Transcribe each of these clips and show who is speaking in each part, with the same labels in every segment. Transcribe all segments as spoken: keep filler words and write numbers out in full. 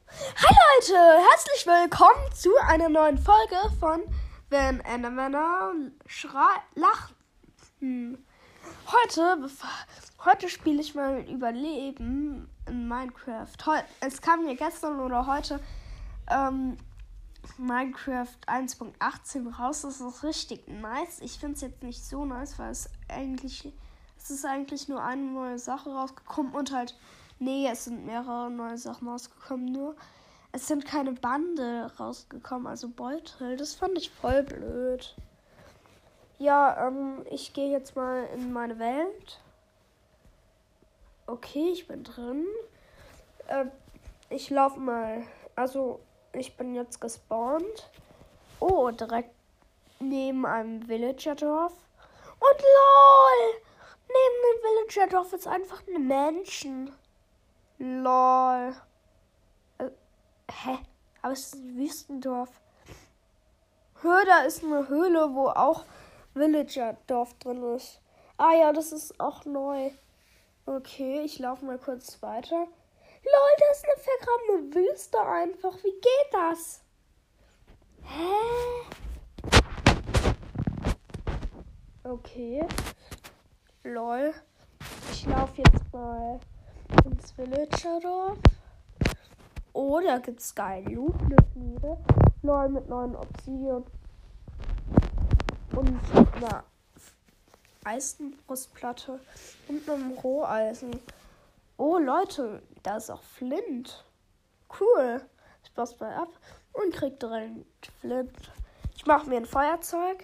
Speaker 1: Hi Leute, herzlich willkommen zu einer neuen Folge von Wenn Endermänner schrei- lachen. Heute, heute spiele ich mal Überleben in Minecraft. Heu- es kam mir gestern oder heute ähm, Minecraft eins Punkt achtzehn raus. Das ist richtig nice. Ich finde es jetzt nicht so nice, weil es eigentlich, es ist eigentlich nur eine neue Sache rausgekommen und halt, nee, es sind mehrere neue Sachen rausgekommen, nur es sind keine Bande rausgekommen, also Beutel. Das fand ich voll blöd. Ja, ähm, ich gehe jetzt mal in meine Welt. Okay, ich bin drin. Äh, ich laufe mal, also ich bin jetzt gespawnt. Oh, direkt neben einem Villager-Dorf. Und lol! Neben dem Villager-Dorf ist einfach ein Menschen. Lol. Äh, hä? Aber es ist ein Wüstendorf. Hör, da ist eine Höhle, wo auch Villager-Dorf drin ist. Ah ja, das ist auch neu. Okay, ich laufe mal kurz weiter. Lol, da ist eine vergrabene Wüste einfach. Wie geht das? Hä? Okay. Lol. Ich laufe jetzt mal ins Villager-Dorf. Oh, da gibt's geil Loot mit Niede. Lol, mit neuen Obsidian. Und einer Eisenbrustplatte. Und einem Roheisen. Oh, Leute, da ist auch Flint. Cool. Ich baue mal ab und krieg direkt Flint. Ich mache mir ein Feuerzeug.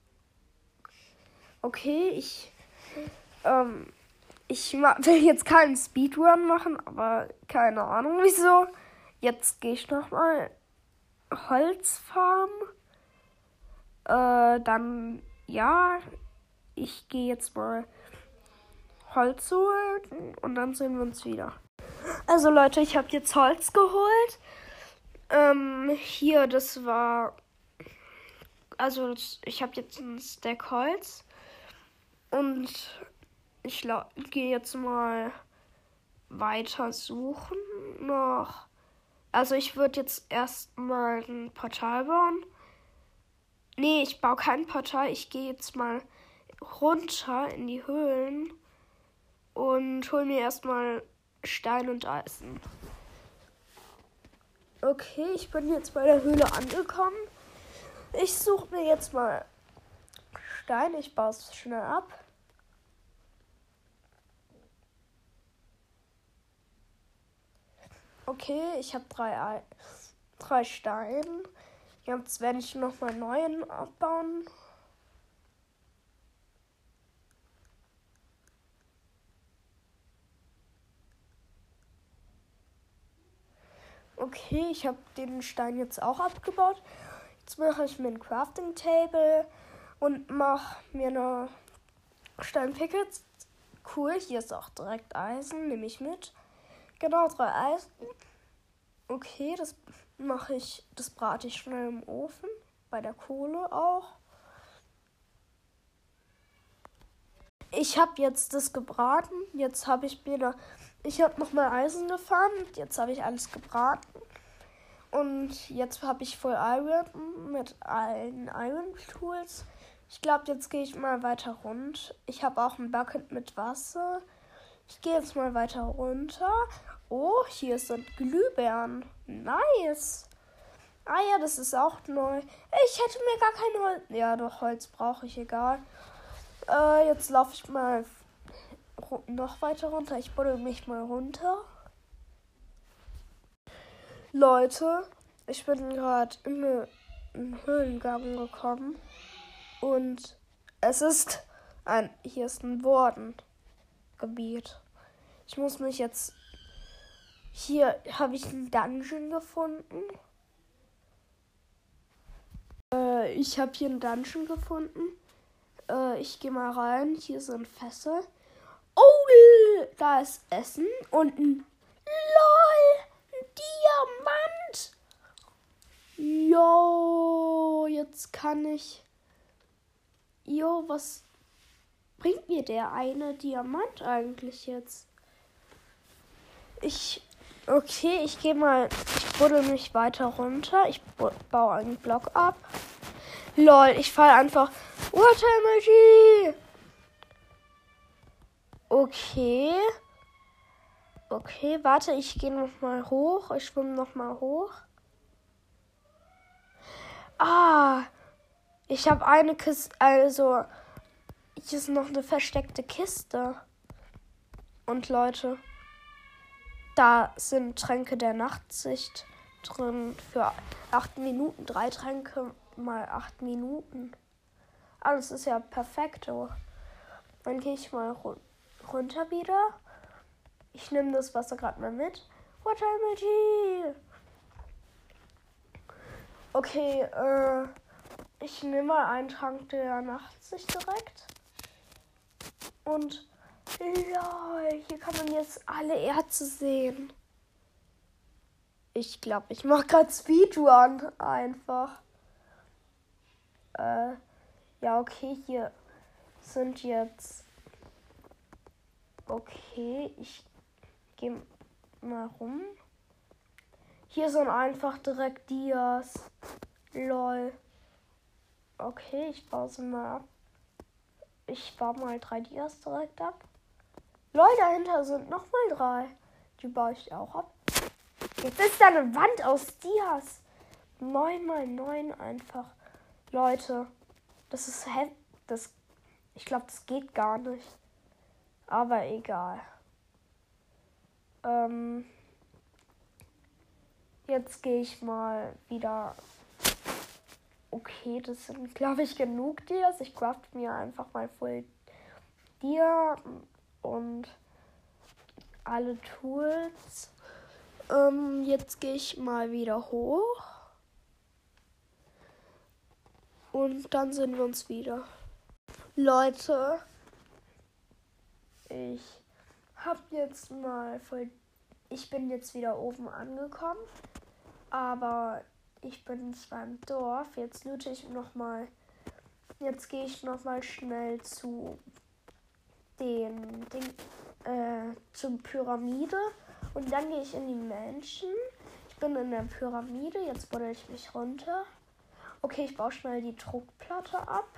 Speaker 1: Okay, ich ähm, ich will jetzt keinen Speedrun machen, aber keine Ahnung wieso. Jetzt gehe ich nochmal Holz farmen. Äh, dann, ja, ich gehe jetzt mal Holz holen und dann sehen wir uns wieder. Also Leute, ich habe jetzt Holz geholt. Ähm, hier, das war, also ich habe jetzt einen Stack Holz. Und ich la- gehe jetzt mal weiter suchen noch. Also ich würde jetzt erstmal ein Portal bauen. Nee, ich baue kein Portal. Ich gehe jetzt mal runter in die Höhlen und hole mir erstmal Stein und Eisen. Okay, ich bin jetzt bei der Höhle angekommen. Ich suche mir jetzt mal Stein. Ich baue es schnell ab. Okay, ich habe drei, Ei- drei Steine. Jetzt werde ich nochmal neuen abbauen. Okay, ich habe den Stein jetzt auch abgebaut. Jetzt mache ich mir ein Crafting Table und mache mir eine Steinpicke. Cool, hier ist auch direkt Eisen, nehme ich mit. Genau, drei Eisen. Okay, das mache ich, das brate ich schnell im Ofen. Bei der Kohle auch. Ich habe jetzt das gebraten. Jetzt habe ich mir da, ich habe nochmal Eisen gefahren. Jetzt habe ich alles gebraten. Und jetzt habe ich voll Iron mit allen Iron Tools. Ich glaube, jetzt gehe ich mal weiter runter. Ich habe auch ein Bucket mit Wasser. Ich gehe jetzt mal weiter runter. Oh, hier sind Glühbirnen. Nice. Ah ja, das ist auch neu. Ich hätte mir gar kein Holz. Ja, doch, Holz brauche ich, egal. Äh, jetzt laufe ich mal noch weiter runter. Ich buddel mich mal runter. Leute, ich bin gerade in einen Höhlengang gekommen. Und es ist ein, hier ist ein Wardengebiet. Ich muss mich jetzt, hier habe ich einen Dungeon gefunden. Äh, ich habe hier einen Dungeon gefunden. Äh, ich gehe mal rein. Hier sind Fässer. Oh, da ist Essen und ein LOL, ein Diamant. Jo, jetzt kann ich. Jo, was bringt mir der eine Diamant eigentlich jetzt? Ich Okay, ich gehe mal, ich buddel mich weiter runter. Ich bu- baue einen Block ab. Lol, ich falle einfach. Water Magie! Okay. Okay, warte, ich gehe noch mal hoch. Ich schwimme noch mal hoch. Ah, ich habe eine Kiste, also hier ist noch eine versteckte Kiste. Und Leute, da sind Tränke der Nachtsicht drin für acht Minuten. Drei Tränke mal acht Minuten. Alles ist ja perfekt. Oh. Dann gehe ich mal run- runter wieder. Ich nehme das Wasser gerade mal mit. Water Magie! Okay, äh, ich nehme mal einen Trank der Nachtsicht direkt. Und lol, hier kann man jetzt alle Erze sehen. Ich glaube, ich mache gerade Speedrun einfach. Äh, ja, okay, hier sind jetzt... Okay, ich gehe mal rum. Hier sind einfach direkt Dias. Lol. Okay, ich baue sie mal ab. Ich baue mal drei Dias direkt ab. Lol, dahinter sind nochmal drei. Die baue ich auch ab. Jetzt ist da eine Wand aus Dias. neun mal neun einfach. Leute, das ist he- das ich glaube, das geht gar nicht. Aber egal. Ähm, jetzt gehe ich mal wieder. Okay, das sind, glaube ich, genug Dias. Ich craft mir einfach mal voll Dia und alle Tools. Ähm, jetzt gehe ich mal wieder hoch. Und dann sehen wir uns wieder. Leute, ich habe jetzt mal voll... Ich bin jetzt wieder oben angekommen. Aber ich bin zwar im Dorf. Jetzt loote ich nochmal... Jetzt gehe ich nochmal schnell zu den... den äh, zum Pyramide. Und dann gehe ich in die Mansion. Ich bin in der Pyramide. Jetzt buddel ich mich runter. Okay, ich baue schnell die Druckplatte ab.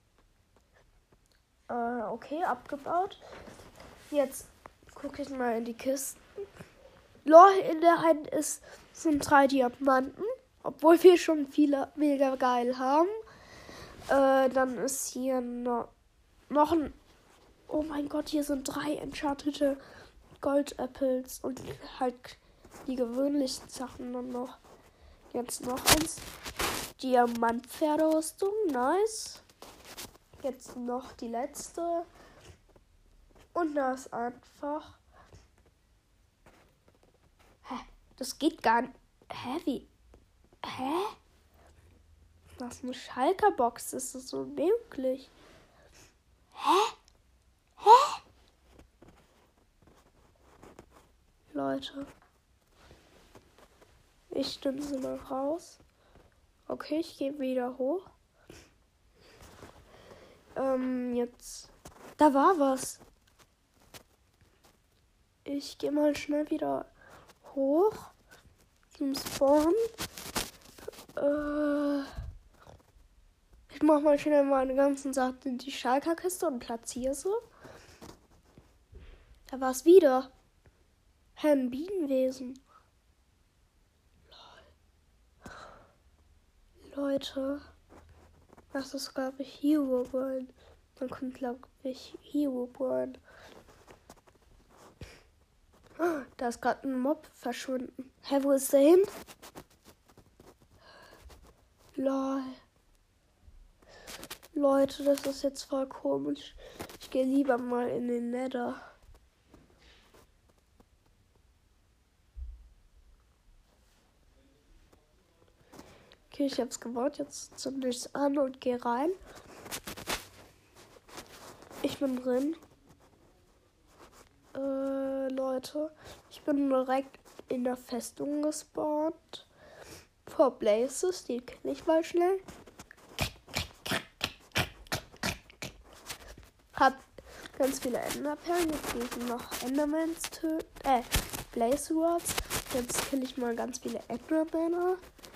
Speaker 1: Äh, okay, abgebaut. Jetzt gucke ich mal in die Kisten. Lol, in der einen ist, sind drei Diamanten. Obwohl wir schon viele mega geil haben. Äh, dann ist hier noch, noch ein... Oh mein Gott, hier sind drei enchantete Goldapples. Und halt die gewöhnlichen Sachen dann noch. Jetzt noch eins. Diamantpferderüstung, nice. Jetzt noch die letzte. Und da ist einfach... Hä? Das geht gar nicht. Hä? Wie? Hä? Das ist eine Schalker-Box. Ist das so möglich? Hä? Hä? Leute. Ich stimme sie mal raus. Okay, ich gehe wieder hoch. Ähm, jetzt... Da war was. Ich gehe mal schnell wieder hoch zum Spawn. Äh, ich mache mal schnell meine ganzen Sachen in die Schalker-Kiste und platziere sie. Da war es wieder. Hä, ein Bienenwesen. Leute, das ist, glaube ich, Hero World. Dann kommt, glaube ich, Hero World. Da ist gerade ein Mob verschwunden. Hä, wo ist der hin? Lol. Leute, das ist jetzt voll komisch. Ich gehe lieber mal in den Nether. Okay, ich hab's gebaut. Jetzt zünde ich es an und gehe rein. Ich bin drin. Äh, Leute. Ich bin direkt in der Festung gespawnt. Vor Blazes. Die kenne ich mal schnell. Hab ganz viele Enderperlen. Jetzt gehe ich noch Endermans töten. Äh, Blaze Swords. Jetzt kill ich mal ganz viele Endermänner.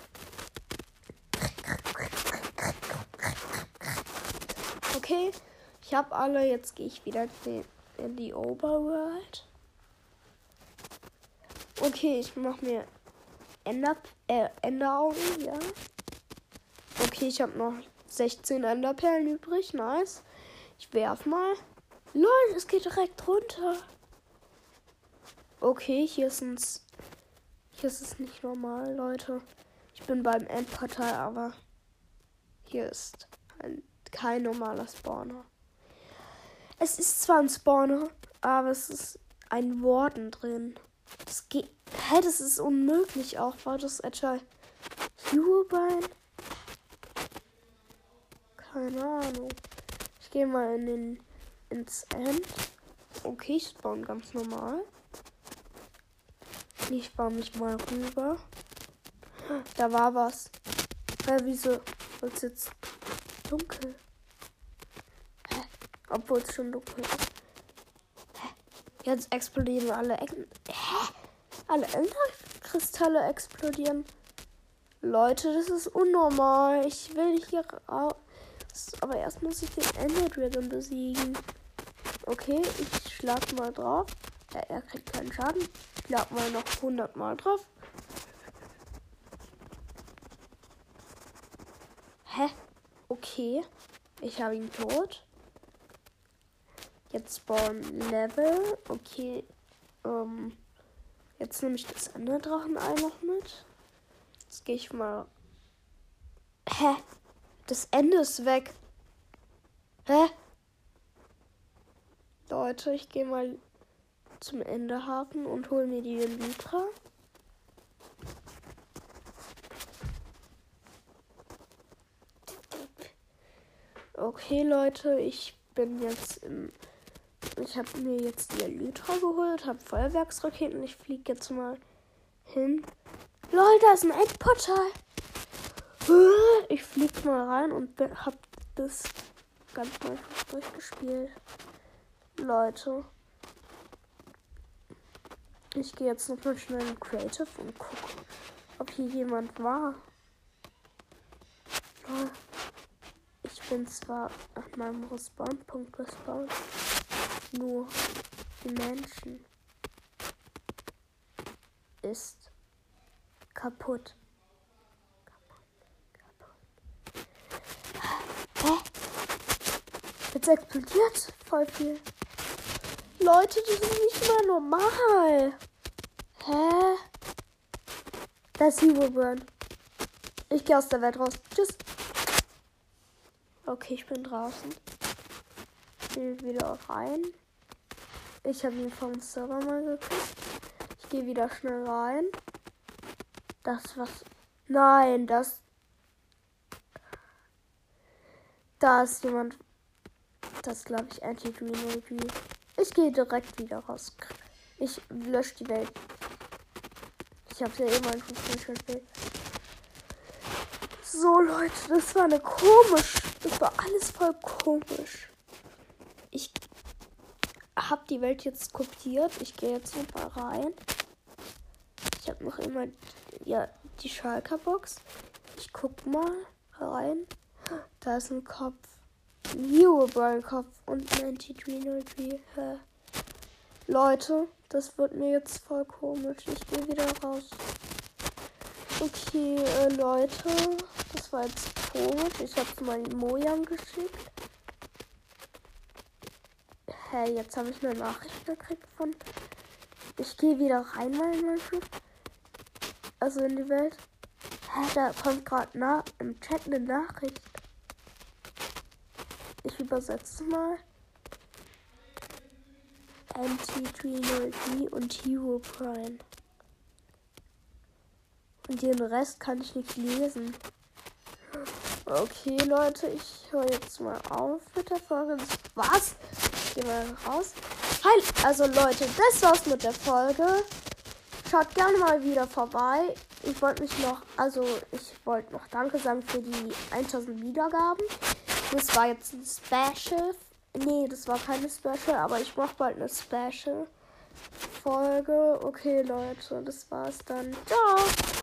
Speaker 1: Okay, ich habe alle. Jetzt gehe ich wieder in die Overworld. Okay, ich mache mir Ender, äh, Enderaugen, ja. Okay, ich habe noch sechzehn Enderperlen übrig. Nice. Ich werf mal. Lol, es geht direkt runter. Okay, hier ist ein... Hier ist es nicht normal, Leute. Ich bin beim Endportal, aber hier ist ein, kein normaler Spawner. Es ist zwar ein Spawner, aber es ist ein Warden drin. Das geht... Hä, das ist unmöglich auch. War das etwa Herobrine? Keine Ahnung. Ich gehe mal in den, ins End. Okay, ich spawn ganz normal. Ich baue mich mal rüber. Da war was. Hä, wieso wird es jetzt dunkel? Hä? Obwohl es schon dunkel ist. Hä? Jetzt explodieren alle Ecken. Hä? Alle Enderkristalle explodieren. Leute, das ist unnormal. Ich will hier raus. Aber erst muss ich den Ender Dragon besiegen. Okay, ich schlag mal drauf. Ja, er kriegt keinen Schaden. Ich schlag mal noch hundert Mal drauf. Hä? Okay. Ich habe ihn tot. Jetzt spawn Level. Okay. Ähm. Jetzt nehme ich das andere Drachenei noch mit. Jetzt gehe ich mal. Hä? Das Ende ist weg. Hä? Leute, ich gehe mal zum Endehaken und hole mir die Elytra. Okay, Leute, ich bin jetzt im... Ich habe mir jetzt die Elytra geholt, habe Feuerwerksraketen. Ich fliege jetzt mal hin. Lol, da ist ein Endportal. Ich flieg mal rein und hab das ganz mal durchgespielt. Leute. Ich gehe jetzt noch mal schnell in Creative und gucke, ob hier jemand war. Ich bin zwar an meinem Respawn-Punkt gespawnt, nur die Menschen ist kaputt. Hä? Jetzt explodiert voll viel. Leute, das ist nicht mal normal. Hä? Das ist Herobrine. Ich gehe aus der Welt raus. Tschüss. Okay, ich bin draußen. Ich gehe wieder rein. Ich habe ihn vom Server mal gekriegt. Ich gehe wieder schnell rein. Das was... Nein, das... Da ist jemand... Das glaube ich Anti-Green. Ich gehe direkt wieder raus. Ich lösche die Welt. Ich habe ja immer ein Screenshot. So Leute, das war eine komisch. Das war alles voll komisch. Ich habe die Welt jetzt kopiert. Ich gehe jetzt noch mal rein. Ich habe noch immer ja die Schalker-Box. Ich guck mal rein. Da ist ein Kopf. Ein Herobrine-Kopf und ein Anti-Green. Leute, das wird mir jetzt voll komisch. Ich gehe wieder raus. Okay, äh, Leute, das war jetzt komisch. Ich habe es mal in Mojang geschickt. Hey, jetzt habe ich eine Nachricht gekriegt von... Ich gehe wieder rein mal in mein Schiff. Also in die Welt. Hä, da kommt gerade na im Chat eine Nachricht. Ich übersetze mal. Anti-Green und Herobrine. Und den Rest kann ich nicht lesen. Okay, Leute, ich höre jetzt mal auf mit der Folge. Was? Ich gehe mal raus. Hi, also Leute, das war's mit der Folge. Schaut gerne mal wieder vorbei. Ich wollte mich noch, also ich wollte noch Danke sagen für die tausend Wiedergaben. Das war jetzt ein Special. Nee, das war keine Special, aber ich mache bald eine Special Folge. Okay, Leute, das war's dann. Ciao.